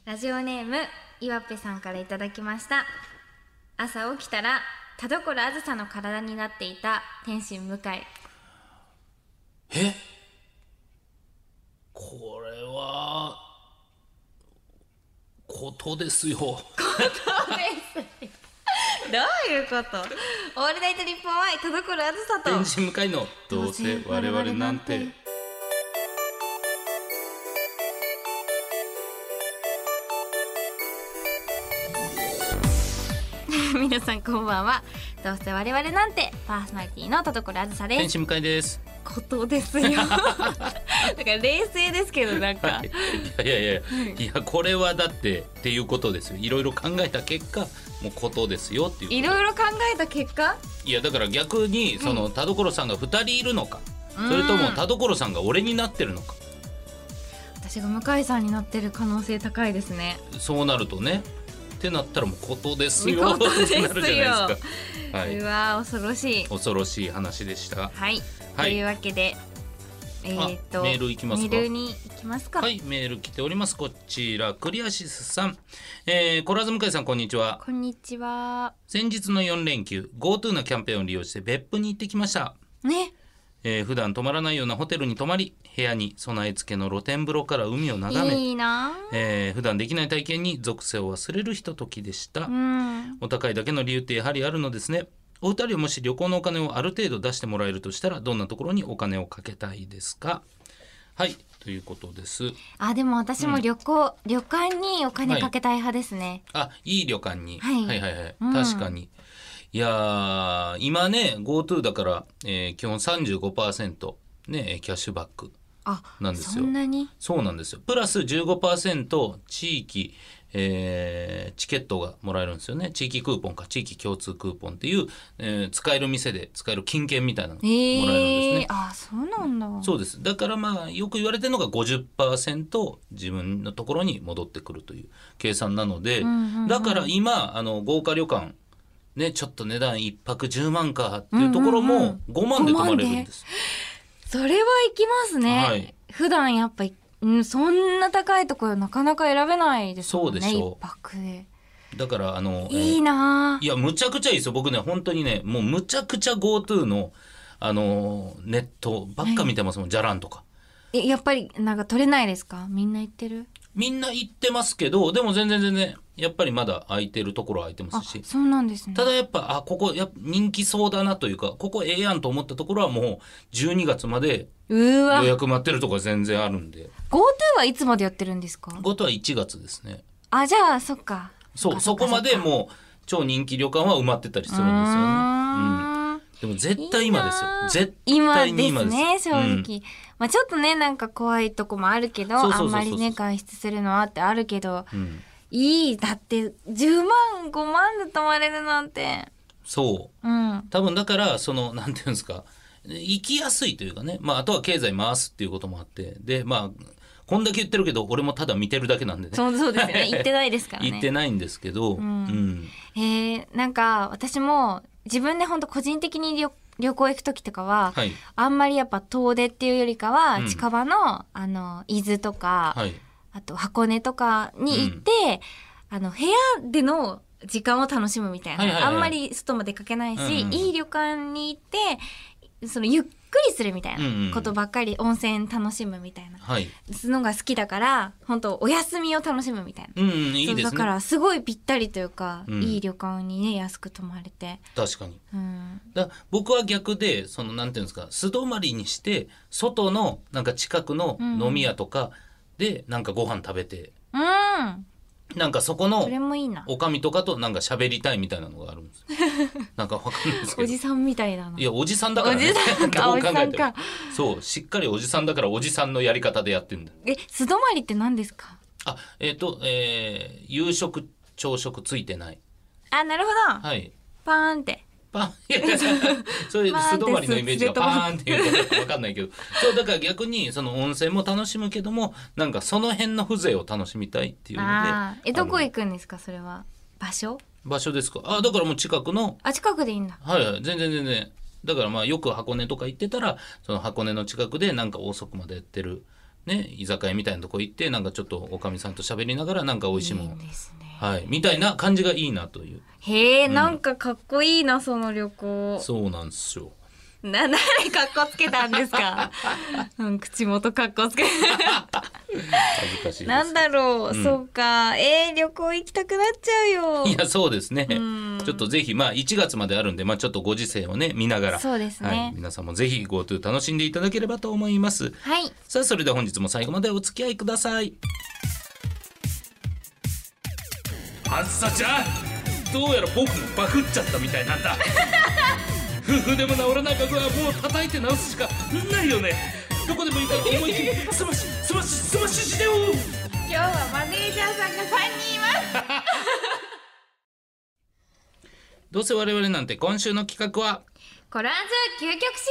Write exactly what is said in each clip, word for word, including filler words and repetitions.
ラジオネーム岩っぺさんからいただきました。朝起きたら田所あずさの体になっていた天心向井。 えこれはことですよ。 ことですどういうこと？オールナイトニッポン愛田所あずさと天心向井のどうせ我々なんて。 皆さんこんばんは。どうせ我々なんてパーソナリティの田所あずさです。 天心向井です。 ことですよだから冷静ですけどなんか、はい、 いやいやいや、いやこれはだってっていうことですよ。いろいろ考えた結果もうことですよっていう。 いろいろ考えた結果、 いやだから逆にその田所さんがふたりいるのか、うん、それとも田所さんが俺になってるのか。 私が向井さんになってる可能性高いですね。 そうなるとねってなったらもうことですよことですよってなるじゃないですか。はい、 うわ恐ろしい恐ろしい話でした。 はい、はい、というわけでえー、とメールいきますか。 メールに行きますか。 はい、メール来ております。こちらクリアシスさん、えー、コラーズ向井さんこんにちは。 こんにちは。 先日のよん連休 GoTo のキャンペーンを利用して別府に行ってきましたね。 えー、普段泊まらないようなホテルに泊まり、部屋に備え付けの露天風呂から海を眺め、 いいな、 えー、普段できない体験に属性を忘れるひとときでした、 うん、 お高いだけの理由ってやはりあるのですね。お二人はもし旅行のお金をある程度出してもらえるとしたらどんなところにお金をかけたいですか。はいということです。 あでも私も旅行、うん、旅館にお金かけたい派ですね、 はい、あいい旅館に、 はい、 はいはいはい、 うん、 確かに。いや今ね GoTo だから、えー、基本 さんじゅうごパーセントね、キャッシュバックなんですよ。 そんなに？ そうなんですよ。プラス じゅうごパーセント 地域、えー、チケットがもらえるんですよね。地域クーポンか地域共通クーポンっていう、えー、使える店で使える金券みたいなのがもらえるんですね、 えー、あそうなんだ。 そうです。だからまあよく言われてるのが ごじゅっパーセント 自分のところに戻ってくるという計算なので、 うんうんうん、 だから今あの豪華旅館ね、ちょっと値段いっぱくじゅうまんかっていうところもごまんで泊まれるんです、 うんうんうん、それは行きますね、はい、普段やっぱ、うん、そんな高いところなかなか選べないですもんね。 そうでしょう。 いっぱくでだからあのいいな、 えー、いやむちゃくちゃいいですよ。僕ね本当にねもうむちゃくちゃ GoTo の、あのー、ネットばっか見てますもん、はい、じゃらんとか。 えやっぱりなんか取れないですか？みんな行ってる？ みんな行ってますけどでも全然全然やっぱりまだ空いてるところは空いてますし。 そうなんですね。 ただやっぱあここやっぱ人気そうだなというかここええやんと思ったところはもうじゅうにがつまで予約待ってるところ全然あるんで。 GoTo はいつまでやってるんですか？ GoTo はいちがつですね。 あじゃあそっか。 そうそこまでもう超人気旅館は埋まってたりするんですよね。うん、でも絶対今ですよ。絶対に今です。 今ですね正直、うんまあ、ちょっとねなんか怖いとこもあるけどあんまりね外出するのはってあるけど、うん、いいだってじゅうまんごまんで泊まれるなんて。 そう、うん、多分だからそのなんていうんですか行きやすいというかね、まあ、あとは経済回すっていうこともあってでまあこんだけ言ってるけど俺もただ見てるだけなんでね。 そうそうですよね行ってないですからね。 行ってないんですけど、うんうん、 えー、なんか私も自分で本当個人的に旅旅行行く時とかは、はい、あんまりやっぱ遠出っていうよりかは、うん、近場のあの伊豆とか、はい、あと箱根とかに行って、うん、あの部屋での時間を楽しむみたいな、はいはいはい、あんまり外も出かけないし、うんうん、いい旅館に行ってそのゆっくりするみたいなことばっかり、うんうん、温泉楽しむみたいな、はい、のが好きだから本当お休みを楽しむみたいな、 うんうん、いいですね。 だからすごいぴったりというか、うん、いい旅館にね安く泊まれて。 確かに、 うん、 だ僕は逆でそのなんていうんですか素泊まりにして外のなんか近くの飲み屋とかでなんかご飯食べて、 うん、 なんかそこのおかみとかとなんか喋りたいみたいなのがあるんですよなんかわかんないですけどおじさんみたいなの。 いやおじさんだからね。 おじさんかおじさんか。 そうしっかりおじさんだからおじさんのやり方でやってるんだ。 え素泊まりって何ですか？ あえっ、ー、と、えー、夕食朝食ついてない。 あなるほど。 はいパーンってパンいやいやそれ素泊まりのイメージがパーンっていうか分かんないけどそうだから逆にその温泉も楽しむけどもなんかその辺の風情を楽しみたいっていうので。 あえどこ行くんですかそれは？場所場所ですか？あだからもう近くのあ近くでいいんだ。 はいはい全然全然だからまあよく箱根とか行ってたらその箱根の近くでなんか遅くまでやってるね、居酒屋みたいなとこ行ってなんかちょっとおかみさんと喋りながらなんか美味しいもの、 いいですね、 はい、みたいな感じがいいなという。 へえ、うん、なんかかっこいいなその旅行。 そうなんですよ。 な、なにかっこつけたんですか、うん、口元かっこつけ恥ずかしいです。 なんだろう、うん、そうか、えー、旅行行きたくなっちゃうよ。 いやそうですね、うん、ちょっとぜひまあいちがつまであるんで、まあ、ちょっとご時世をね見ながら、 そうですね、はい、 皆さんもぜひ GoTo 楽しんでいただければと思います。 はい、 さあそれでは本日も最後までお付き合いください。あずさちゃん、どうやら僕もバクっちゃったみたいなんだ夫婦でも治らないバグはもう叩いて直すしかないよね。どこでもいいから思いっきりスマッシュスマッシュスマッシュしてよ。 今日はマネージャーさんがさんにんいますどうせ我々なんて。今週の企画はコラーズ究極進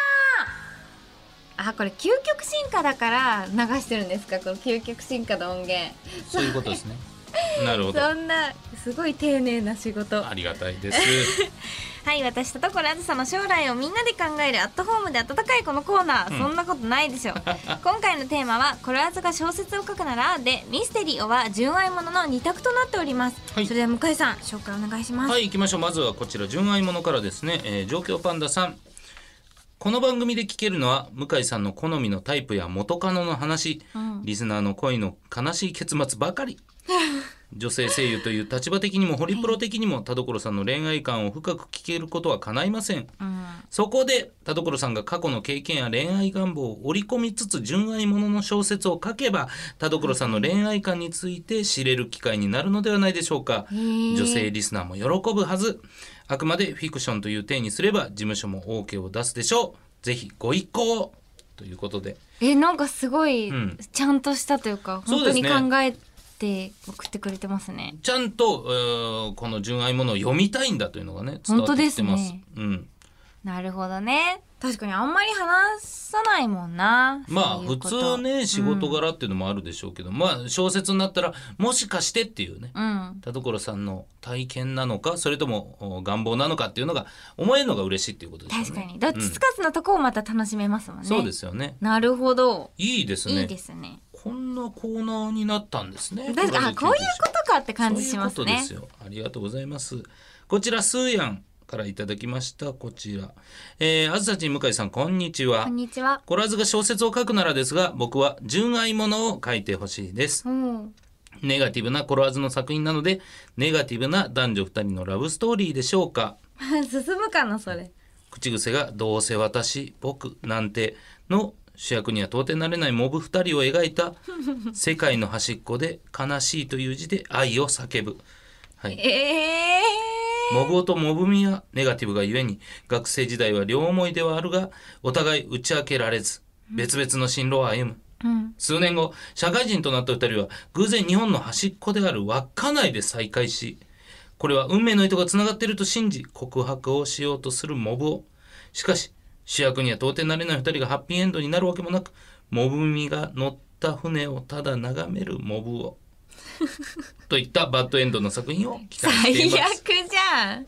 化。あ、これ究極進化だから流してるんですか、この究極進化の音源。 そういうことですねなるほど。 そんなすごい丁寧な仕事ありがたいですはい、私と所あずさの将来をみんなで考えるアットホームで温かいこのコーナー、うん、そんなことないでしょ今回のテーマはコロアズが小説を書くならでミステリーは純愛もののに択となっております、はい、それでは向井さん紹介お願いします。 はい、行きましょう。まずはこちら純愛ものからですね、えー、上京パンダさん。この番組で聞けるのは向井さんの好みのタイプや元カノの話、うん、リスナーの恋の悲しい結末ばかり女性声優という立場的にもホリプロ的にも田所さんの恋愛観を深く聞けることは叶いません、うん、そこで田所さんが過去の経験や恋愛願望を織り込みつつ純愛ものの小説を書けば田所さんの恋愛観について知れる機会になるのではないでしょうか。女性リスナーも喜ぶはず。あくまでフィクションという体にすれば事務所も OK を出すでしょう。ぜひご一行ということで、 えなんかすごいちゃんとしたというか、うん、本当に考えて送ってくれてますね。 ちゃんとこの純愛ものを読みたいんだというのがね伝わってきてます。 本当ですね、うん、なるほどね。確かにあんまり話さないもんな。 まあ普通ね仕事柄っていうのもあるでしょうけど、うん、まあ小説になったらもしかしてっていうね、うん、田所さんの体験なのかそれとも願望なのかっていうのが思えるのが嬉しいっていうことですよね。 確かにどっちつかずのとこをまた楽しめますもんね、うん、 そうですよね。 なるほど、 いいですね。 いいですね。 こんなコーナーになったんですね。 だからあこういうことかって感じしますね。 そういうことですよ。ありがとうございます。こちらスーヤンからいただきました。こちら、えー、あずさちん向井さんこんにちは。 こんにちは。 コラーズが小説を書くならですが僕は純愛ものを書いてほしいです、うん、ネガティブなコラーズの作品なのでネガティブな男女ふたりのラブストーリーでしょうか進むかなそれ。 口癖がどうせ私僕なんての主役には到底なれないモブふたりを描いた世界の端っこで悲しいという字で愛を叫ぶ、はい、えーモブオとモブミはネガティブがゆえに学生時代は両思いではあるがお互い打ち明けられず別々の進路を歩む、うん、数年後社会人となったふたりは偶然日本の端っこである稚内で再会しこれは運命の糸がつながっていると信じ告白をしようとするモブオ。しかし主役には到底なれないふたりがハッピーエンドになるわけもなくモブミが乗った船をただ眺めるモブオといったバッドエンドの作品を期待しています。 最悪じゃん、はい、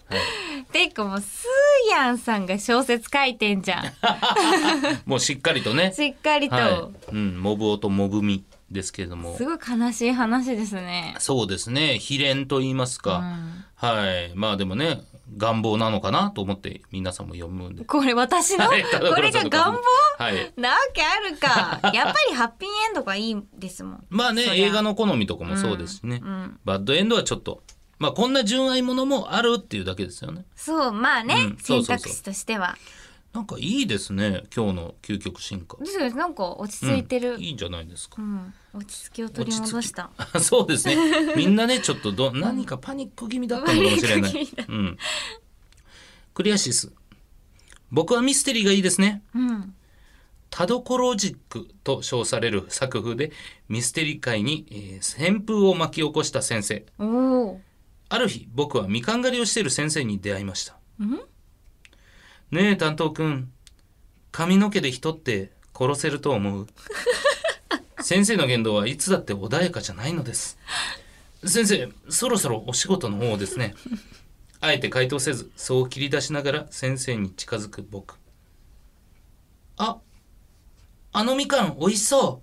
ていうかもうスーヤンさんが小説書いてんじゃんもうしっかりとねしっかりと、 はいうん、モブオとモブミですけれどもすごい悲しい話ですね。 そうですね悲恋と言いますか、うん、はいまあでもね願望なのかなと思って皆さんも読むんでこれ私の、はい、これが願望、 はい、 なわけあるかやっぱりハッピーエンドがいいですもん。 まあね映画の好みとかもそうですしね、うんうん、バッドエンドはちょっとまあこんな純愛ものもあるっていうだけですよね。 そうまあね、うん、選択肢としてはなんかいいですね今日の究極進化ですよ。なんか落ち着いてる、 うん、いいんじゃないですか、 うん、落ち着きを取り戻した。 そうですねみんなねちょっとど何かパニック気味だったのかもしれない、うん、クリアシス僕はミステリーがいいですね、うん、田所ジックと称される作風でミステリー界に、えー、旋風を巻き起こした先生。おある日僕はみかん狩りをしている先生に出会いました。んねえ担当くん髪の毛で人って殺せると思う先生の言動はいつだって穏やかじゃないのです。先生そろそろお仕事の方ですねあえて回答せずそう切り出しながら先生に近づく僕。ああのみかんおいしそ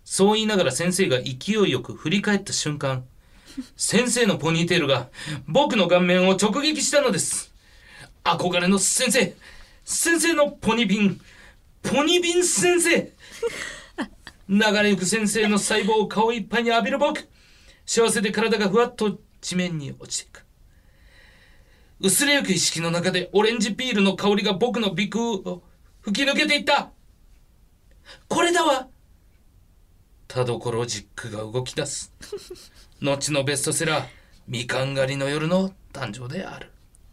そう言いながら先生が勢いよく振り返った瞬間、先生のポニーテールが僕の顔面を直撃したのです。憧れの先生、先生のポニビン、ポニビン先生。流れゆく先生の細胞を顔いっぱいに浴びる僕。幸せで体がふわっと地面に落ちていく。薄れゆく意識の中でオレンジピールの香りが僕の鼻腔を吹き抜けていった。これだわ。田所ジックが動き出す。後のベストセラー、みかん狩りの夜の誕生である。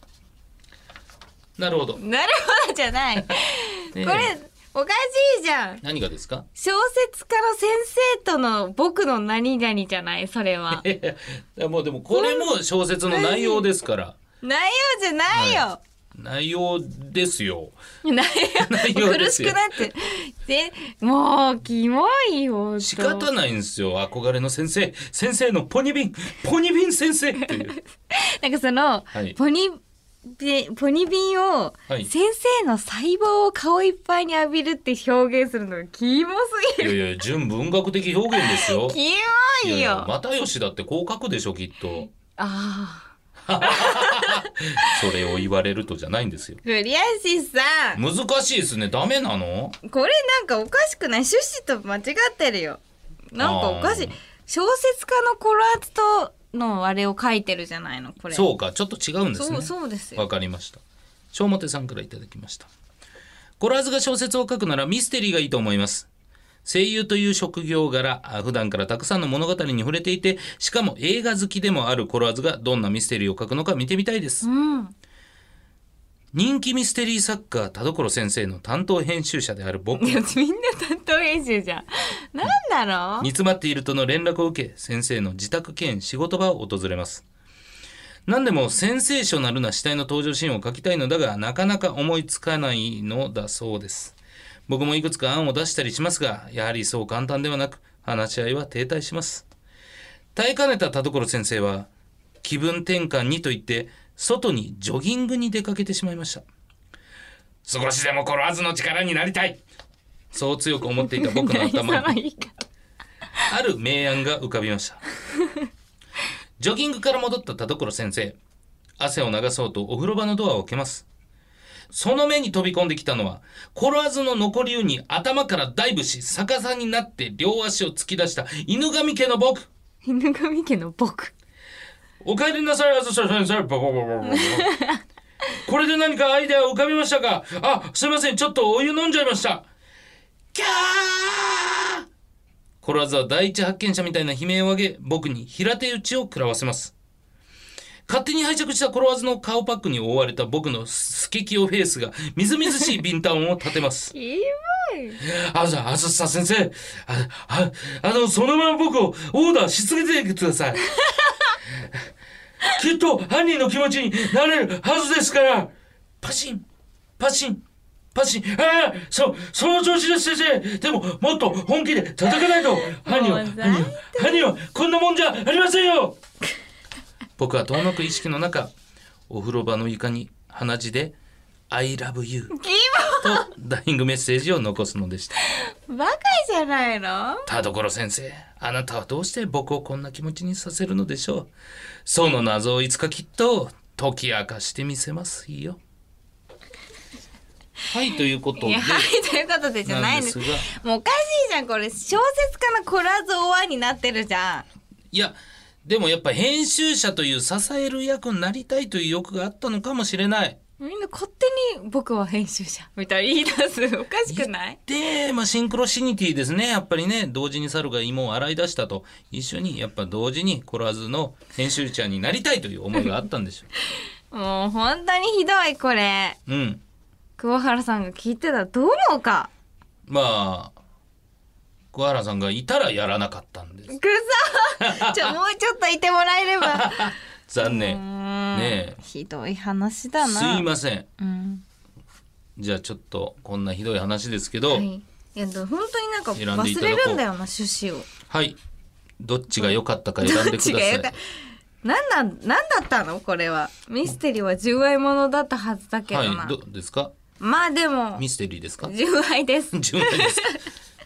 なるほど。 なるほどじゃない。これおかしいじゃん。 何がですか？ 小説家の先生との僕の何々じゃない、それは。 いやもうでもこれも小説の内容ですから。 内容じゃないよ。はい、 内容ですよ。 内容苦しくなってでもうキモいよ。 仕方ないんですよ。憧れの先生、先生のポニビン、ポニビン先生っていう。 なんかその、はい、ポニポニビンを、はい、先生の細胞を顔いっぱいに浴びるって表現するのがキモすぎる。 いやいや、純文学的表現ですよ。 キモいよ。いや又吉だってこう書くでしょきっと。 ああ。 それを言われるとじゃないんですよ。 栗橋さん、 難しいですね。ダメなの？ これなんかおかしくない？趣旨と間違ってるよ。なんかおかしい。小説家のコラーズとのあれを書いてるじゃないのこれ。 そうか、ちょっと違うんですね。 そうそうですよ。 わかりました。小表さんからいただきました。コラーズが小説を書くならミステリーがいいと思います。声優という職業柄、普段からたくさんの物語に触れていて、しかも映画好きでもあるコラーズがどんなミステリーを書くのか見てみたいです。 うん、 人気ミステリー作家田所先生の担当編集者である僕。 いやみんな担当編集じゃん。なんだろう。 煮詰まっているとの連絡を受け、先生の自宅兼仕事場を訪れます。何でもセンセーショナルな死体の登場シーンを書きたいのだが、なかなか思いつかないのだそうです。僕もいくつか案を出したりしますが、やはりそう簡単ではなく、話し合いは停滞します。耐えかねた田所先生は、気分転換にと言って、外にジョギングに出かけてしまいました。少しでもコラーズの力になりたい、そう強く思っていた僕の頭に、ある名案が浮かびました。ジョギングから戻った田所先生、汗を流そうとお風呂場のドアを開けます。その目に飛び込んできたのは、コラーズの残り湯に頭からダイブし、逆さになって両足を突き出した犬神家の僕。 犬神家の僕。 お帰りなさい、あずさ先生。これで何かアイデア浮かびましたか？あ、すいません、ちょっとお湯飲んじゃいました。キャー！コラーズは第一発見者みたいな悲鳴を上げ、僕に平手打ちを食らわせます。勝手に拝借したコロワーズの顔パックに覆われた僕のスケキヨフェイスがみずみずしいビンタ音を立てます。 キモい。 あずあずさ先生、あああのそのまま僕をオーダーし続けてください。きっと犯人の気持ちになれるはずですから。パシンパシンパシン。ああ、そその調子です先生。でももっと本気で叩かないと。犯人は犯人は犯人はこんなもんじゃありませんよ。僕は遠のく意識の中、お風呂場の床に鼻血で I love you とダイイングメッセージを残すのでした。 バカじゃないの？ 田所先生、あなたはどうして僕をこんな気持ちにさせるのでしょう。その謎をいつかきっと解き明かしてみせますよ。はいということで、 はいということでじゃないんです。もうおかしいじゃんこれ。小説家のコラーズオアになってるじゃん。 いやでもやっぱ編集者という支える役になりたいという欲があったのかもしれない。 みんな勝手に僕は編集者みたいに言い出す。おかしくない？ で、まあ、シンクロシニティですね。やっぱりね、同時に猿が芋を洗い出したと一緒にやっぱ同時にコラーズの編集者になりたいという思いがあったんでしょう。もう本当にひどいこれ。 うん。 桑原さんが聞いてたらどう思うか。 まあ桑原さんがいたらやらなかったんです。 くそちょもうちょっといてもらえれば。 残念ねえ。 ひどい話だな。 すいません、 うん、 じゃあちょっとこんなひどい話ですけど、はい、 いや本当になんか忘れるんだよな趣旨を。 はいどっちが良かったか選んでください。 なんなんなんだったのこれは。ミステリーは純愛ものだったはずだけどな。 はいどうですか。 まあでもミステリーですか。 純愛です。 純愛です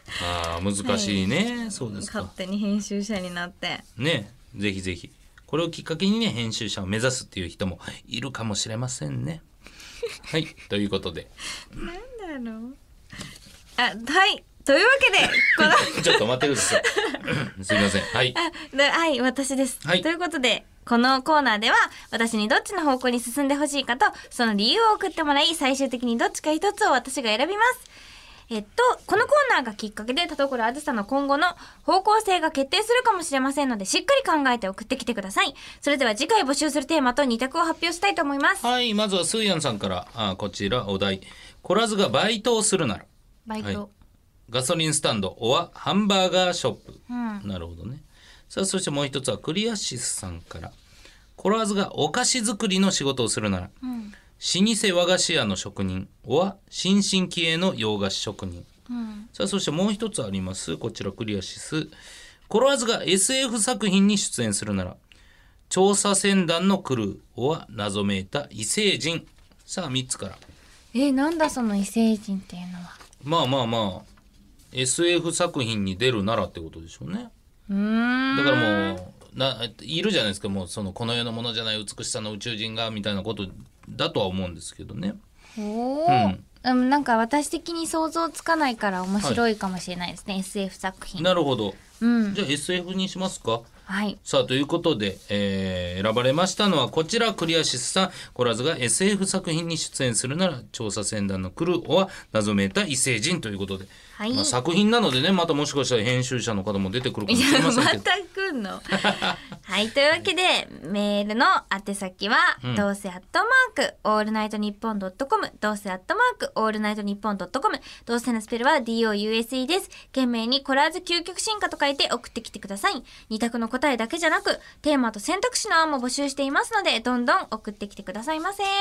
あ難しいね、はい、そうですか。 勝手に編集者になってね、ぜひぜひこれをきっかけにね編集者を目指すっていう人もいるかもしれませんねはいということでなんだろうあはいというわけでこのちょっと待ってくださいすみません。はいあではい私です、はい、ということでこのコーナーでは私にどっちの方向に進んでほしいかとその理由を送ってもらい最終的にどっちか一つを私が選びます。えっとこのコーナーがきっかけで田所あずさの今後の方向性が決定するかもしれませんのでしっかり考えて送ってきてください。それでは次回募集するテーマとに択を発表したいと思います。 はい、まずはスーヤンさんからあこちらお題コラズがバイトをするならバイト、はい、 ガソリンスタンドおはハンバーガーショップ、うん、なるほどね。さあそしてもう一つはクリアシスさんからコラズがお菓子作りの仕事をするなら、うん、老舗和菓子屋の職人は新進気鋭の洋菓子職人、うん、さあそしてもう一つありますこちらクリアシスコロワーズが エスエフ 作品に出演するなら調査船団のクルーは謎めいた異星人。さあみっつからえなんだその異星人っていうのは。 まあまあまあ エスエフ 作品に出るならってことでしょうね。 うーんだからもうないるじゃないですかもうそのこの世のものじゃない美しさの宇宙人がみたいなことだとは思うんですけどね。 おー、うん、なんか私的に想像つかないから面白いかもしれないですね、はい、エスエフ 作品。 なるほど、 うん、 じゃあ エスエフ にしますか。 はい、 さあということで、えー、選ばれましたのはこちらクリアシスさんコラズが エスエフ 作品に出演するなら調査船団のクルーは謎めいた異星人ということで、はい、まあ、作品なのでねまたもしかしたら編集者の方も出てくるかもしれませんけどまた来んのはいというわけでメールの宛先は、うん、どうせアットマークオールナイトニッポンドットコムどうせアットマークオールナイトニッポンドットコムどうせのスペルは ディーオーユーエスイー です。懸命にコラーズ究極進化と書いて送ってきてください。二択の答えだけじゃなくテーマと選択肢の案も募集していますのでどんどん送ってきてくださいませ。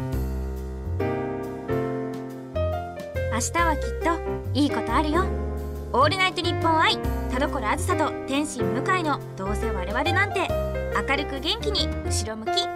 明日はきっといいことあるよ。オールナイトニッポン愛田所あずさと天心向井のどうせ我々なんて明るく元気に後ろ向き。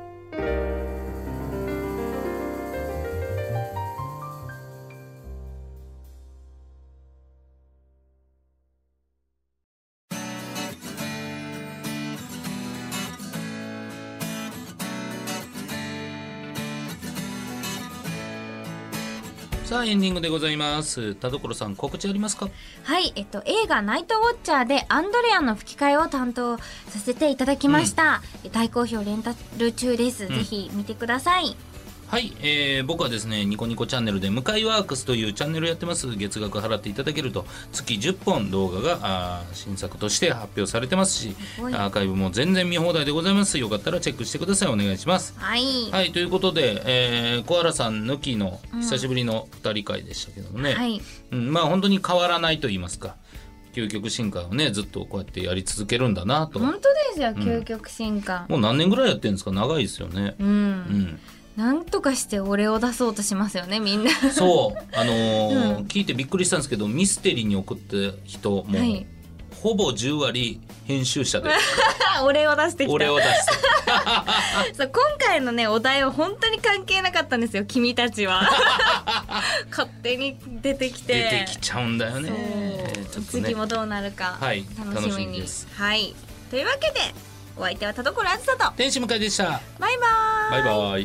さあエンディングでございます。田所さん告知ありますか。 はい、えっと、映画ナイトウォッチャーでアンドレアの吹き替えを担当させていただきました、うん、大好評レンタル中です、うん、ぜひ見てください。 はい、えー、僕はですねニコニコチャンネルで向井ワークスというチャンネルやってます。月額払っていただけると月じゅっぽん動画があ新作として発表されてますしアーカイブも全然見放題でございます。よかったらチェックしてください。お願いします。 はい、 はい、ということで、えー、小原さん抜きの久しぶりのふたり会でしたけどもね、 うんはいうん、まあ本当に変わらないと言いますか究極進化をねずっとこうやってやり続けるんだなと。 本当ですよ、うん、究極進化もう何年ぐらいやってるんですか。長いですよね。 うん、うんなんとかして俺を出そうとしますよねみんなそうあのーうん、聞いてびっくりしたんですけどミステリーに送った人も、はい、ほぼじゅうわり編集者で俺を出してきた俺を出してそう今回のねお題は本当に関係なかったんですよ君たちは勝手に出てきて出てきちゃうんだよね。 ちょっとね次もどうなるか楽しみに、はい、です、はい、というわけでお相手は田所あずさと天使向井でした。 バイバーイバイバイ。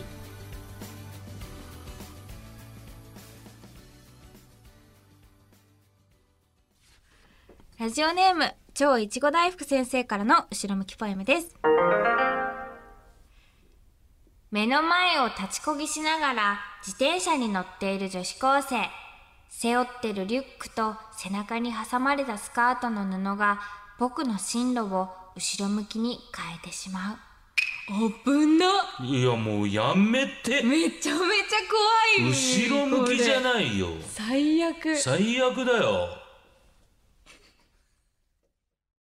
ラジオネーム超いちご大福先生からの後ろ向きポエムです。目の前を立ちこぎしながら自転車に乗っている女子高生。背負ってるリュックと背中に挟まれたスカートの布が僕の進路を後ろ向きに変えてしまう。危な。 いやもうやめて。 めちゃめちゃ怖い。 後ろ向きじゃないよ。 最悪。 最悪だよ。